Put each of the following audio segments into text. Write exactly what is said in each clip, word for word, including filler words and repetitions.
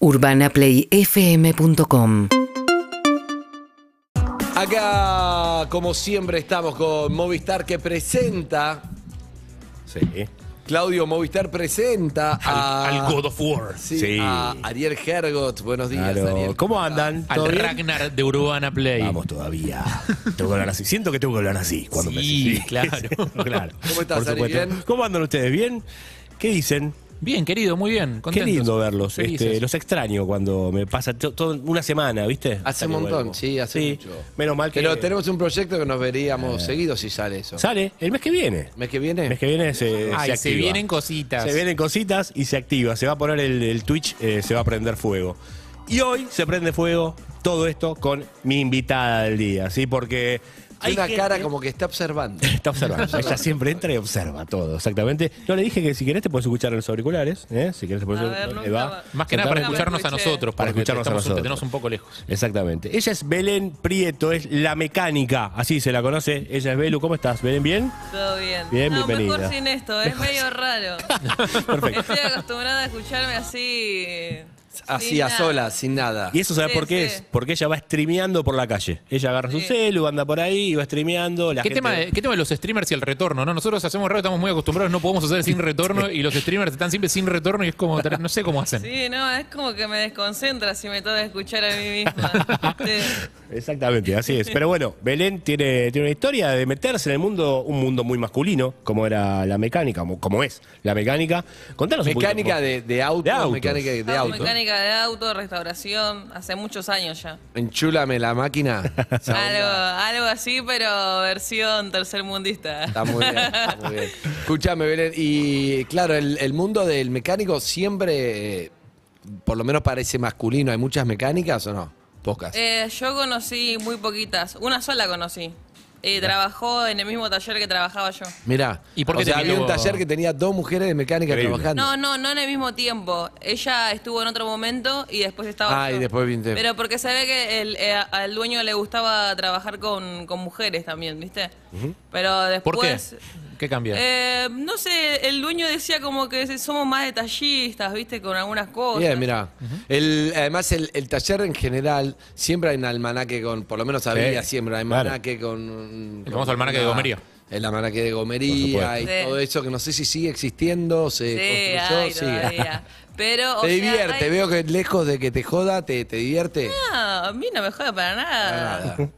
urbana play f m punto com. Acá, como siempre, estamos con Movistar que presenta. Sí. Claudio Movistar presenta a, Al, al God of War. Sí, Sí. a Ariel Hergot. Buenos días, Claro. Ariel. ¿Cómo andan? Al ¿Todo bien? Ragnar de Urbana Play. Vamos todavía. Tengo que hablar así. Siento que tengo que hablar así. Cuando Sí, me... claro. claro. ¿Cómo estás, Por Ari? supuesto. ¿Bien? ¿Cómo andan ustedes? ¿Bien? ¿Qué dicen? Bien, querido, muy bien. Qué Contentos. lindo verlos. Felices. Este, los extraño cuando me pasa to- todo una semana, ¿viste? Hace Hasta un que montón, vuelvo. sí, hace mucho. Menos mal que... Pero tenemos un proyecto que nos veríamos seguido si sale eso. Sale el mes que viene. ¿Mes que viene? El mes que viene se, Ay, se se activa. vienen cositas. Se vienen cositas y se activa. Se va a poner el, el Twitch, eh, se va a prender fuego. Y hoy se prende fuego todo esto con mi invitada del día, ¿sí? Porque hay Tiene una gente- cara como que está observando. Está observando. Ella siempre entra y observa todo, exactamente. Yo le dije que si querés te puedes escuchar en los auriculares, ¿eh? Si querés te puedes A ver, eh, nunca va. va. Más que nada para Nunca me escucharnos a escuché. nosotros. Para porque escucharnos a estamos- nosotros. Te tenemos un poco lejos. Exactamente. Ella es Belén Prieto, es la mecánica, así se la conoce. Ella es Belu. ¿Cómo estás, Belén? ¿Bien? Todo bien. Bien, no, bienvenida. mejor sin esto, es medio raro. Perfecto. Estoy acostumbrada a escucharme así. Así sin a nada. solas, sin nada. Y eso, ¿sabe Sí, por qué sí. es? Porque ella va streameando por la calle. Ella agarra su Sí. celu, anda por ahí y va streameando. La ¿Qué, gente... tema de, ¿Qué tema de los streamers y el retorno? ¿No? Nosotros hacemos radio, estamos muy acostumbrados, no podemos hacer sin retorno y los streamers están siempre sin retorno y es como, no sé cómo hacen. Sí, no, es como que me desconcentra si me toca escuchar a mí misma. Sí. Exactamente, así es. Pero bueno, Belén tiene, tiene una historia de meterse en el mundo, un mundo muy masculino, como era la mecánica, como, como es la mecánica. Contanos un poquito. Mecánica de, de auto, De autos. mecánica de, Hago auto. mecánica de auto, restauración, hace muchos años ya. Enchúlame la máquina. Esa Algo, onda. algo así, pero versión tercermundista. Está muy bien, está muy bien. Escúchame, Belén. Y claro, el, el mundo del mecánico siempre, eh, por lo menos parece masculino. ¿Hay muchas mecánicas o no? Pocas. Eh, yo conocí muy poquitas, una sola conocí. Eh, trabajó en el mismo taller que trabajaba yo. Mirá. ¿Y por qué o sea, te había quedó- un taller que tenía dos mujeres de mecánica Increíble. trabajando. No, no, no en el mismo tiempo. Ella estuvo en otro momento y después estaba Ah, yo. y después viste. Pero porque se ve que el, eh, al dueño le gustaba trabajar con, con mujeres también, ¿viste? Pero después... ¿Por qué? ¿Qué cambia? Eh, no sé, el dueño decía como que somos más detallistas, ¿viste? Con algunas cosas. Bien, mirá. El, además, el, el taller en general, siempre hay un almanaque con, por lo menos había Sí, siempre un claro. almanaque con... El famoso almanaque de gomería. El almanaque de Por gomería supuesto. y Sí. todo eso que no sé si sigue existiendo, se Sí, construyó, hay sigue. todavía. Pero, o Te sea, divierte, hay- veo que lejos de que te joda, te, te divierte. No, a mí no me jode para nada. Nada.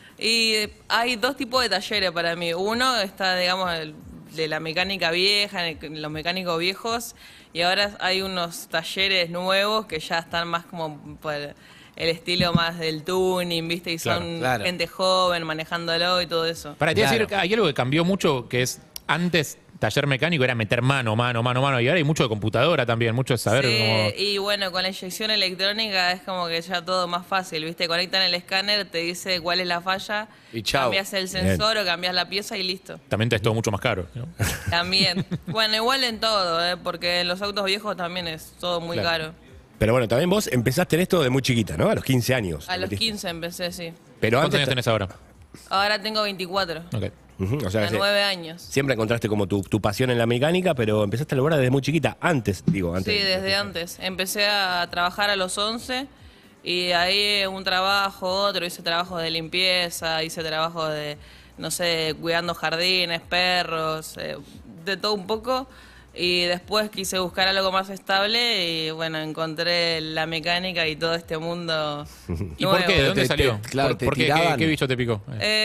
Y eh, hay dos tipos de talleres para mí. Uno está, digamos, el- de la mecánica vieja, el- los mecánicos viejos, y ahora hay unos talleres nuevos que ya están más como por el estilo más del tuning, ¿viste? Y son Claro, claro. gente joven manejándolo y todo eso. Para te iba a Claro. decir que hay algo que cambió mucho, que es antes taller mecánico era meter mano, mano, mano, mano, y ahora hay mucho de computadora también, mucho de saber Sí, cómo... y bueno, con la inyección electrónica es como que ya todo más fácil, ¿viste? Conectan el escáner, te dice cuál es la falla, Y chau. cambias el sensor o cambias la pieza y listo. También es todo mucho más caro, ¿no? También. Bueno, igual en todo, ¿eh? Porque en los autos viejos también es todo muy Claro. caro. Pero bueno, también vos empezaste en esto de muy chiquita, ¿no? A los quince años. A los Metiste. quince empecé, sí. Pero ¿Cuántos antes... años tenés ahora? Ahora tengo veinticuatro. Ok. Ujú, o sea, A que nueve años. siempre encontraste como tu, tu pasión en la mecánica, pero empezaste a lograr desde muy chiquita. Antes, digo, antes. Sí, desde antes. Empecé a trabajar a los once y ahí un trabajo, otro, hice trabajo de limpieza, hice trabajo de, no sé, cuidando jardines, perros, eh, de todo un poco. Y después quise buscar algo más estable y bueno, encontré la mecánica y todo este mundo. ¿Y por qué? ¿De nuevo. dónde Te- salió? te- claro, ¿Por, te por qué? ¿Qué, tiraban. qué bicho te picó?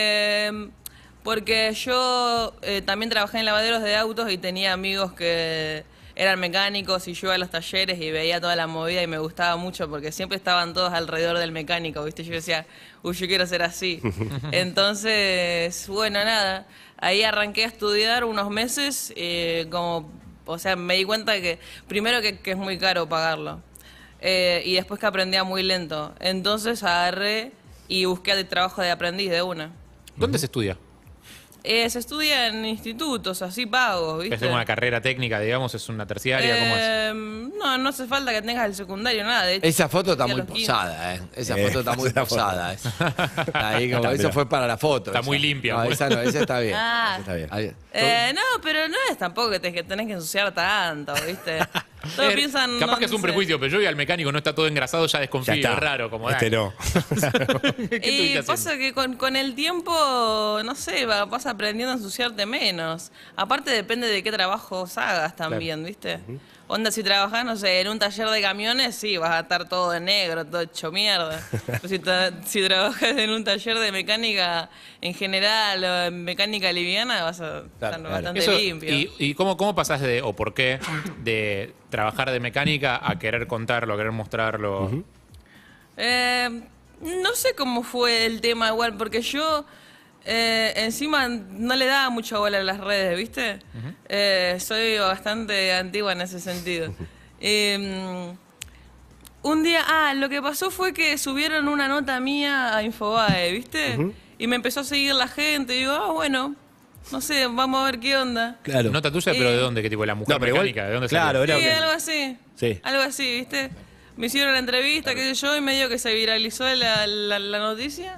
Eh, porque yo eh, también trabajé en lavaderos de autos y tenía amigos que eran mecánicos y yo iba a los talleres y veía toda la movida y me gustaba mucho porque siempre estaban todos alrededor del mecánico, ¿viste? Yo decía, uy, yo quiero ser así. Entonces, bueno, nada, ahí arranqué a estudiar unos meses, eh, como, o sea, me di cuenta que, primero que, que es muy caro pagarlo. Eh, y después que aprendía muy lento. Entonces agarré y busqué de trabajo de aprendiz de una. ¿Dónde se estudia? Eh, se estudia en institutos, así pagos, ¿viste? ¿Es una carrera técnica, digamos? ¿Es una terciaria? ¿Cómo es? Eh, no, no hace falta que tengas el secundario, nada. De hecho, Esa foto está a muy los quince. posada, ¿eh? Esa Eh, foto está muy esa foto. posada. ¿eh? Ahí como, Está, eso mirá. fue para la foto. Está esa. muy limpia, No, pues. esa no, esa está bien. Ah. Está bien. Ahí- Eh, no, pero no es tampoco que, te- que tenés que ensuciar tanto, ¿viste? Todos Eh, piensan... Capaz no, que es no un sé. prejuicio, pero yo vi al mecánico no está todo engrasado, ya Ya desconfío. está. Es raro, como Este dale. no. ¿Qué estuviste Y haciendo? pasa que con, con el tiempo, no sé, va- vas aprendiendo a ensuciarte menos. Aparte depende de qué trabajos hagas también, ¿viste? Onda, si trabajás, no sé, en un taller de camiones, sí, vas a estar todo de negro, todo hecho mierda. Pero si, ta- si trabajas en un taller de mecánica en general o en mecánica liviana, vas a estar claro. bastante Eso, limpio. ¿Y, y cómo, cómo pasás de, o por qué, de trabajar de mecánica a querer contarlo, a querer mostrarlo? Eh, no sé cómo fue el tema igual, porque yo eh, encima no le daba mucha bola a las redes, ¿viste? Eh, soy bastante antigua en ese sentido. Eh, un día, ah, lo que pasó fue que subieron una nota mía a Infobae, ¿viste? Y me empezó a seguir la gente, y digo, ah, bueno, no sé, vamos a ver qué onda. Claro. Nota tuya, pero Eh, ¿de dónde? ¿Qué tipo? ¿La mujer No, pero igual- mecánica? ¿De dónde claro, salió? era Sí, que- algo así. Sí. Algo así, ¿viste? Me hicieron la entrevista, qué sé yo, y medio que se viralizó la, la, la noticia.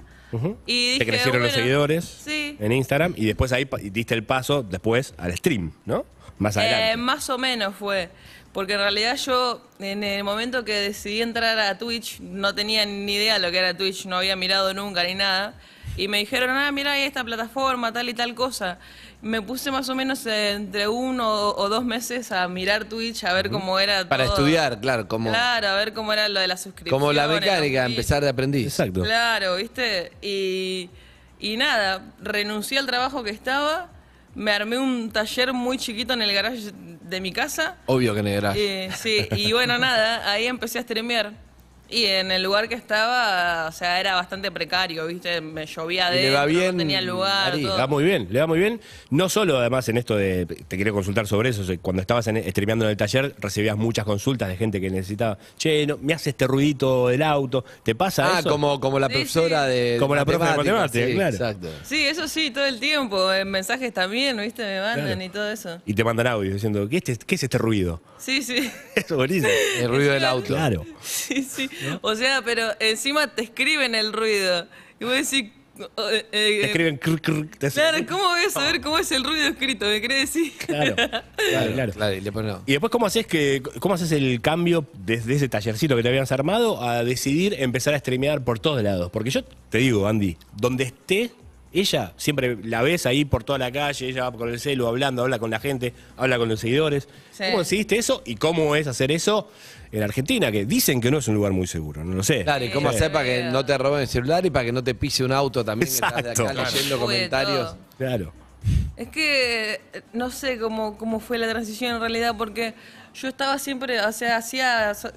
Y dije, Te crecieron los bueno, seguidores Sí. en Instagram y después ahí pa- diste el paso después al stream, ¿no? Más adelante. Eh, más o menos fue. Porque en realidad yo, en el momento que decidí entrar a Twitch, no tenía ni idea de lo que era Twitch, no había mirado nunca ni nada. Y me dijeron, ah, mira, hay esta plataforma, tal y tal cosa. Me puse más o menos eh, entre uno o, o dos meses a mirar Twitch, a ver cómo era Para todo. estudiar, claro, como, Claro, a ver cómo era lo de la suscripción. como la mecánica, empezar de aprendiz. Exacto. Claro, ¿viste? Y, y nada, renuncié al trabajo que estaba, me armé un taller muy chiquito en el garage de mi casa. Obvio que negra. Eh, sí, y bueno, nada, ahí empecé a streamear. Y en el lugar que estaba, o sea, era bastante precario, ¿viste? Me llovía ¿Y le adentro, va bien, no tenía lugar, Ari? Le todo. va muy bien, le va muy bien. No solo además en esto de, te quiero consultar sobre eso, o sea, cuando estabas en, streameando en el taller recibías muchas consultas de gente que necesitaba, che, no, me hace este ruidito del auto, ¿te pasa Ah, eso? como, como la Sí, profesora sí. de Como la profe de matemáticas, sí, claro. Exacto. Sí, eso sí, todo el tiempo. En mensajes también, ¿viste? Me mandan Claro. y todo eso. Y te mandan audio diciendo, ¿qué, este- qué es este ruido? Sí, sí. Eso es buenísimo. El ruido del auto. Claro. Sí, sí. O sea, pero encima te escriben el ruido. Y vos decís... oh, eh, eh, Te escriben crr, crr, te hacen- Claro, ¿cómo voy a saber cómo es el ruido escrito? ¿Me crees? Sí. Claro, claro, claro. Claro, y le pone- Y después, ¿cómo haces que cómo haces el cambio desde ese tallercito que te habías armado a decidir empezar a streamear por todos lados? Porque yo te digo, Andy, donde esté, ella siempre la ves ahí por toda la calle, ella va con el celu hablando, habla con la gente, habla con los seguidores. Sí. ¿Cómo decidiste eso y cómo es hacer eso en Argentina? Que dicen que no es un lugar muy seguro, no lo sé. Claro, y cómo Sí. hacer para que no te roben el celular y para que no te pise un auto también. que estás de Exacto. acá Claro. leyendo Uy, comentarios. todo. Claro. Es que eh, no sé cómo, cómo fue la transición en realidad, porque yo estaba siempre, o sea, hacía so-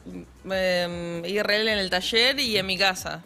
eh, I R L en el taller y en mi casa.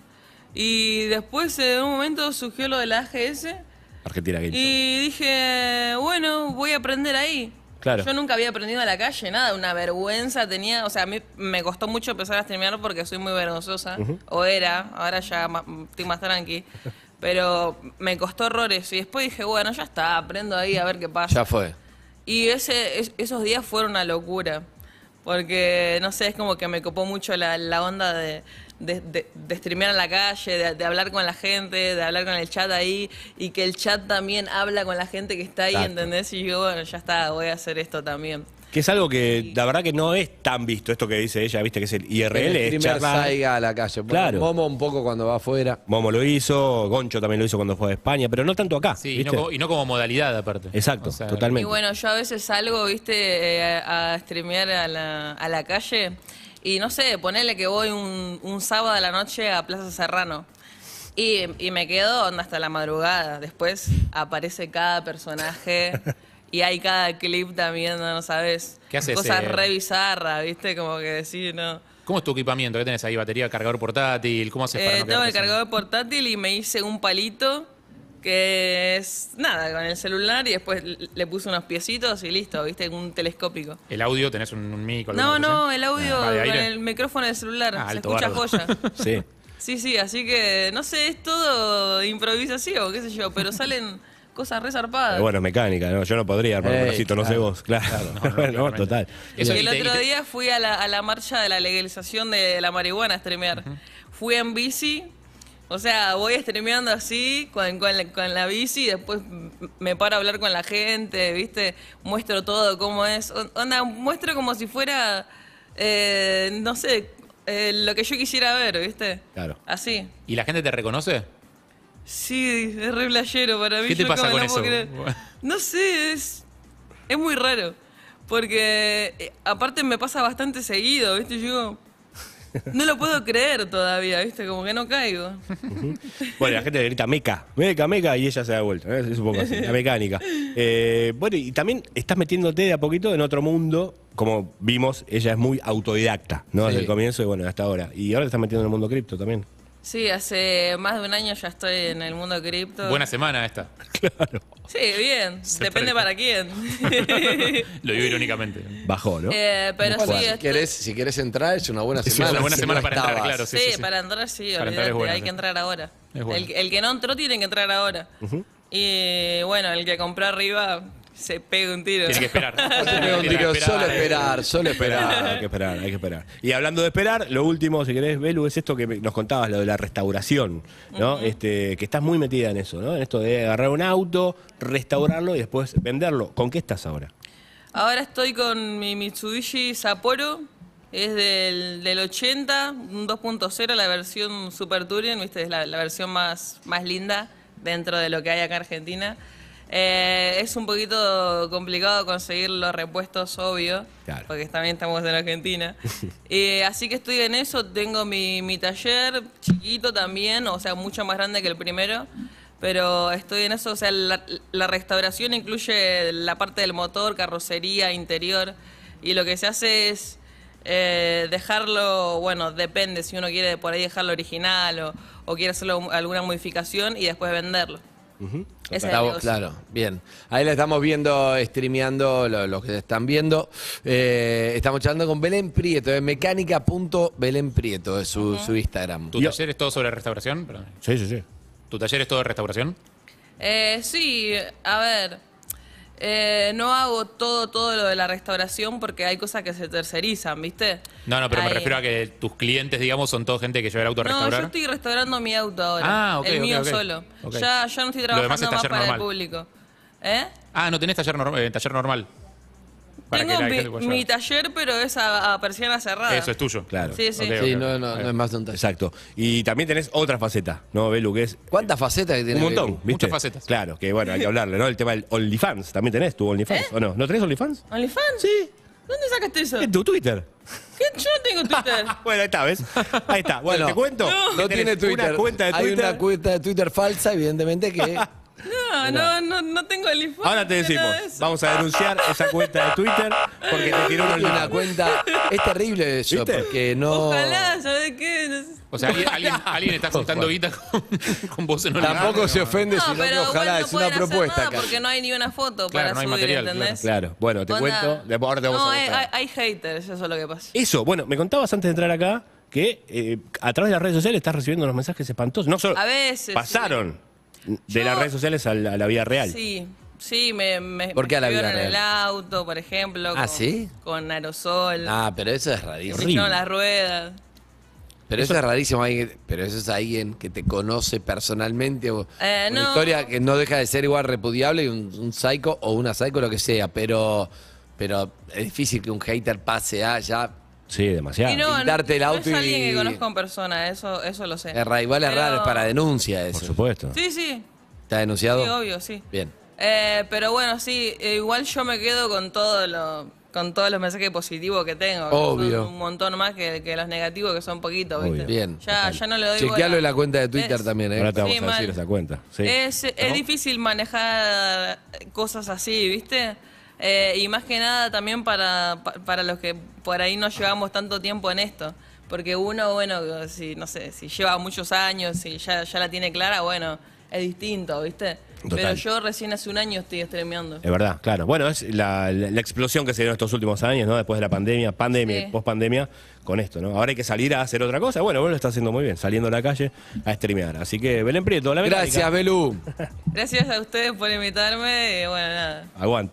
Y después en un momento surgió lo de la A G S Argentina Game Show. y dije, bueno, voy a aprender ahí. Claro. Yo nunca había aprendido a la calle, nada, una vergüenza tenía, o sea, a mí me costó mucho empezar a streamear porque soy muy vergonzosa, o era, ahora ya ma- estoy más tranqui, pero me costó horrores y después dije, bueno, ya está, aprendo ahí a ver qué pasa. Ya fue. Y ese, es- esos días fueron una locura, porque, no sé, es como que me copó mucho la, la onda de, de, de, de streamear en la calle, de, de hablar con la gente, de hablar con el chat ahí, y que el chat también habla con la gente que está ahí, Exacto. ¿entendés? Y yo, bueno, ya está, voy a hacer esto también. Que es algo que la verdad que no es tan visto, esto que dice ella, viste que es el I R L, el es streamer charlar. salga a la calle. Bueno, Claro. Momo un poco cuando va afuera. Momo lo hizo, Goncho también lo hizo cuando fue a España, pero no tanto acá. Sí, y ¿viste? no, como, y no como modalidad aparte. Exacto, O sea, totalmente. Y bueno, yo a veces salgo, viste, eh, a, a streamear a la, a la calle y no sé, ponele que voy un, un sábado a la noche a Plaza Serrano y, y me quedo onda hasta la madrugada. Después aparece cada personaje y hay cada clip también, no sabes. ¿Qué haces, Cosas eh? re bizarras, viste, como que decir, no. ¿Cómo es tu equipamiento? ¿Qué tenés ahí? ¿Batería, cargador portátil? ¿Cómo haces para Eh, no tengo el quedarte sin- cargador portátil y me hice un palito que es nada, con el celular y después le puse unos piecitos y listo, viste, un telescópico. ¿El audio? ¿Tenés un, un mic o No, alguna cosa no, así? el audio Ah, ¿de con aire? el micrófono del celular, Ah, se alto escucha bardo. joya. Sí. Sí, sí, así que no sé, es todo de improvisación, qué sé yo, pero salen cosas re zarpadas. Pero bueno, es mecánica, ¿no? Yo no podría armar un Ey, bracito, no sé claro. vos. Claro, no, no, no, claramente. total. Eso, Y y el te- y otro te- día fui a la, a la marcha de la legalización de la marihuana a streamear. Fui en bici O sea, voy streameando así, con, con, la, con la bici, y después me paro a hablar con la gente, ¿viste? Muestro todo cómo es. Onda, muestro como si fuera, eh, no sé, eh, lo que yo quisiera ver, ¿viste? Claro. Así. ¿Y la gente te reconoce? Sí, es re playero para mí. ¿Qué te yo pasa como con no puedo eso? creer. No sé, es, es muy raro. Porque eh, aparte me pasa bastante seguido, ¿viste? Yo digo, no lo puedo creer todavía, ¿viste? Como que no caigo. Bueno, la gente le grita meca, meca, meca, y ella se da vuelta. ¿eh? Es un poco así, la mecánica. Eh, bueno, y también estás metiéndote de a poquito en otro mundo. Como vimos, ella es muy autodidacta, ¿no? Sí. Desde el comienzo y bueno, hasta ahora. Y ahora te estás metiendo en el mundo cripto también. Sí, hace más de un año ya estoy en el mundo cripto. Buena semana esta. Sí, bien. Depende presta. para quién. Lo digo irónicamente. Bajó, ¿no? Eh, pero Bueno, sí, si, estoy- querés, si querés entrar, es una buena Es semana. una buena si semana no para entrar, estabas. claro, sí, Sí, sí, sí. para entrar sí, Para entrar olvídate, es bueno, hay sí. que entrar ahora. Es bueno. El, el que no entró tiene que entrar ahora. Y bueno, el que compró arriba se pega un tiro. Tiene que esperar. Te pego un Tiene que tiro, solo eh. esperar, solo Esperar, esperar. hay que esperar, hay que esperar. Y hablando de esperar, lo último, si querés, Belu, es esto que me- nos contabas, lo de la restauración, ¿no? este, que estás muy metida en eso, ¿no? En esto de agarrar un auto, restaurarlo y después venderlo. ¿Con qué estás ahora? Ahora estoy con mi Mitsubishi Sapporo. Es del, del ochenta, un dos punto cero, la versión Super Touring, ¿viste? Es la, la versión más, más linda dentro de lo que hay acá en Argentina. Eh, es un poquito complicado conseguir los repuestos, obvio, Claro. porque también estamos en Argentina. Eh, así que estoy en eso, tengo mi, mi taller chiquito también, o sea, mucho más grande que el primero, pero estoy en eso, o sea, la, la restauración incluye la parte del motor, carrocería, interior, y lo que se hace es eh, dejarlo, bueno, depende si uno quiere por ahí dejarlo original o, o quiere hacerlo alguna modificación y después venderlo. Ese es el Está- negocio. claro, bien. Ahí la estamos viendo, streameando, lo- los que están viendo. Eh, estamos charlando con Belén Prieto, es mecánica punto belén prieto, es su, su Instagram. ¿Tu taller es todo sobre restauración? Perdón. Sí, sí, sí. ¿Tu taller es todo de restauración? Eh, sí, a ver, eh, no hago todo, todo lo de la restauración porque hay cosas que se tercerizan, ¿viste? No, no, pero me Hay- refiero a que tus clientes, digamos, son toda gente que lleva el auto a No, restaurar. yo estoy restaurando mi auto ahora. Ah, ok, el ok, mío ok. solo. Ok. Ya, ya no estoy Lo demás trabajando es más taller para normal. el público. ¿Eh? Ah, no tenés taller, norm- eh, taller normal. Para Tengo que la mi, gente pueda mi llevar. taller, pero es a, a persiana cerrada. Eso es tuyo. Claro. Sí, sí. Ok, Sí, ok, no, ok. no, no es más de un taller. Exacto. Y también tenés otra faceta, ¿no, Belu? Que es ¿Cuántas facetas que tiene? un montón, Belu? ¿viste? Muchas facetas. Claro, que bueno, hay que hablarle, ¿no? El tema del OnlyFans. ¿También tenés tu OnlyFans? ¿O no? ¿No tenés OnlyFans? ¿OnlyFans? Sí. ¿Dónde sacaste eso? En tu Twitter. ¿Qué? Yo no tengo Twitter. Bueno, ahí está, ¿ves? Ahí está. Bueno, Bueno, te cuento. No que tiene tenés Twitter. Una cuenta de Hay Twitter. una cuenta de Twitter falsa, evidentemente, que. No, no, no, no tengo OnlyFans. Ahora te no tengo decimos, nada de eso. vamos a denunciar esa cuenta de Twitter porque te tiró un Tiene una OnlyFans. cuenta. Es terrible eso, ¿Viste? porque no. Ojalá, ¿sabes qué? No sé. O sea, alguien, alguien, alguien está juntando guita con, con vos en OnlyFans. Tampoco se ofende, No, sino que pero ojalá igual no es una pueden hacer propuesta nada acá. porque no hay ni una foto Claro, para no hay subir, material, ¿entendés? Claro, bueno, te Onda- cuento. de- Ahora te vamos no, a hay, contar. hay, hay haters, eso es lo que pasa. Eso, bueno, me contabas antes de entrar acá que eh, a través de las redes sociales estás recibiendo unos mensajes espantosos. No solo A veces. pasaron de Yo- las redes sociales a la, a la vida real. Sí, sí, me, me, ¿Por qué a la me vida escribieron en real? el auto, por ejemplo. Ah, con, ¿sí? Con aerosol. Ah, pero eso es me rarísimo. hicieron las ruedas. Pero eso es rarísimo. alguien- Pero eso es alguien que te conoce personalmente. O Eh, una no. historia que no deja de ser igual repudiable, y un, un psycho o una psycho, lo que sea. Pero, pero es difícil que un hater pase a ya. Sí, demasiado. Y no, pintarte el no auto es alguien y- que conozco en persona, eso, eso lo sé. Es ra- igual es Pero- raro, es para denuncia eso. Por supuesto. Sí, sí, ¿Está denunciado? sí, obvio, sí. Bien. Eh, pero bueno, sí, eh, igual yo me quedo con todo lo, con todos los mensajes positivos que tengo. que Obvio. son un montón más que, que los negativos, que son poquitos, ¿viste? Obvio. Bien. Ya, ya no le doy Chequealo bola. en la cuenta de Twitter Es- también, ¿eh? Ahora te vamos Sí, a decir mal. esa cuenta. Sí. Es, es difícil manejar cosas así, ¿viste? Eh, y más que nada también para, pa- para los que por ahí no llevamos tanto tiempo en esto. Porque uno, bueno, si no sé, si lleva muchos años y ya, ya la tiene clara, bueno, es distinto, ¿viste? Total. Pero yo recién hace un año estoy streameando. Es verdad, claro. Bueno, es la, la- la explosión que se dio en estos últimos años, ¿no? Después de la pandemia, pandemia, Sí. post pandemia, con esto, ¿no? Ahora hay que salir a hacer otra cosa. Bueno, bueno, lo está haciendo muy bien, saliendo a la calle a streamear. Así que Belén Prieto, la mecánica. Gracias, Belú. Gracias a ustedes por invitarme y bueno, nada. Aguante.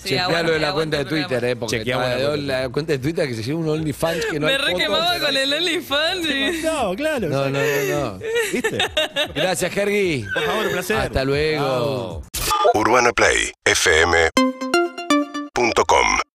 Sí, Chequea aguante, lo de la aguante cuenta de el programa. Twitter, ¿eh? Porque Chequeamos está la de- cuenta. la cuenta de Twitter que se lleva un OnlyFans que no Me hay re fotos, quemaba pero con hay- el OnlyFans. y- No, claro. No, no, no, no. ¿Viste? Gracias, Hergy. Por favor, un placer. Hasta luego. urbana play f m punto com